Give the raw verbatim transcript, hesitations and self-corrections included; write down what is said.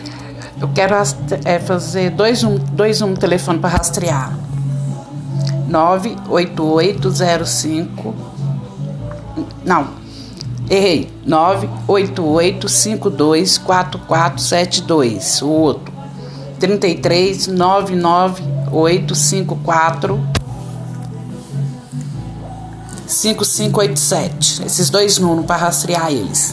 Eu quero é, fazer dois, um, dois um telefone para rastrear. nove oito oito zero cinco. Não, errei. nove oito oito cinco dois quatro quatro sete dois. O outro. trinta e três nove nove oito cinco quatro cinco cinco oito sete. Esses dois números para rastrear eles.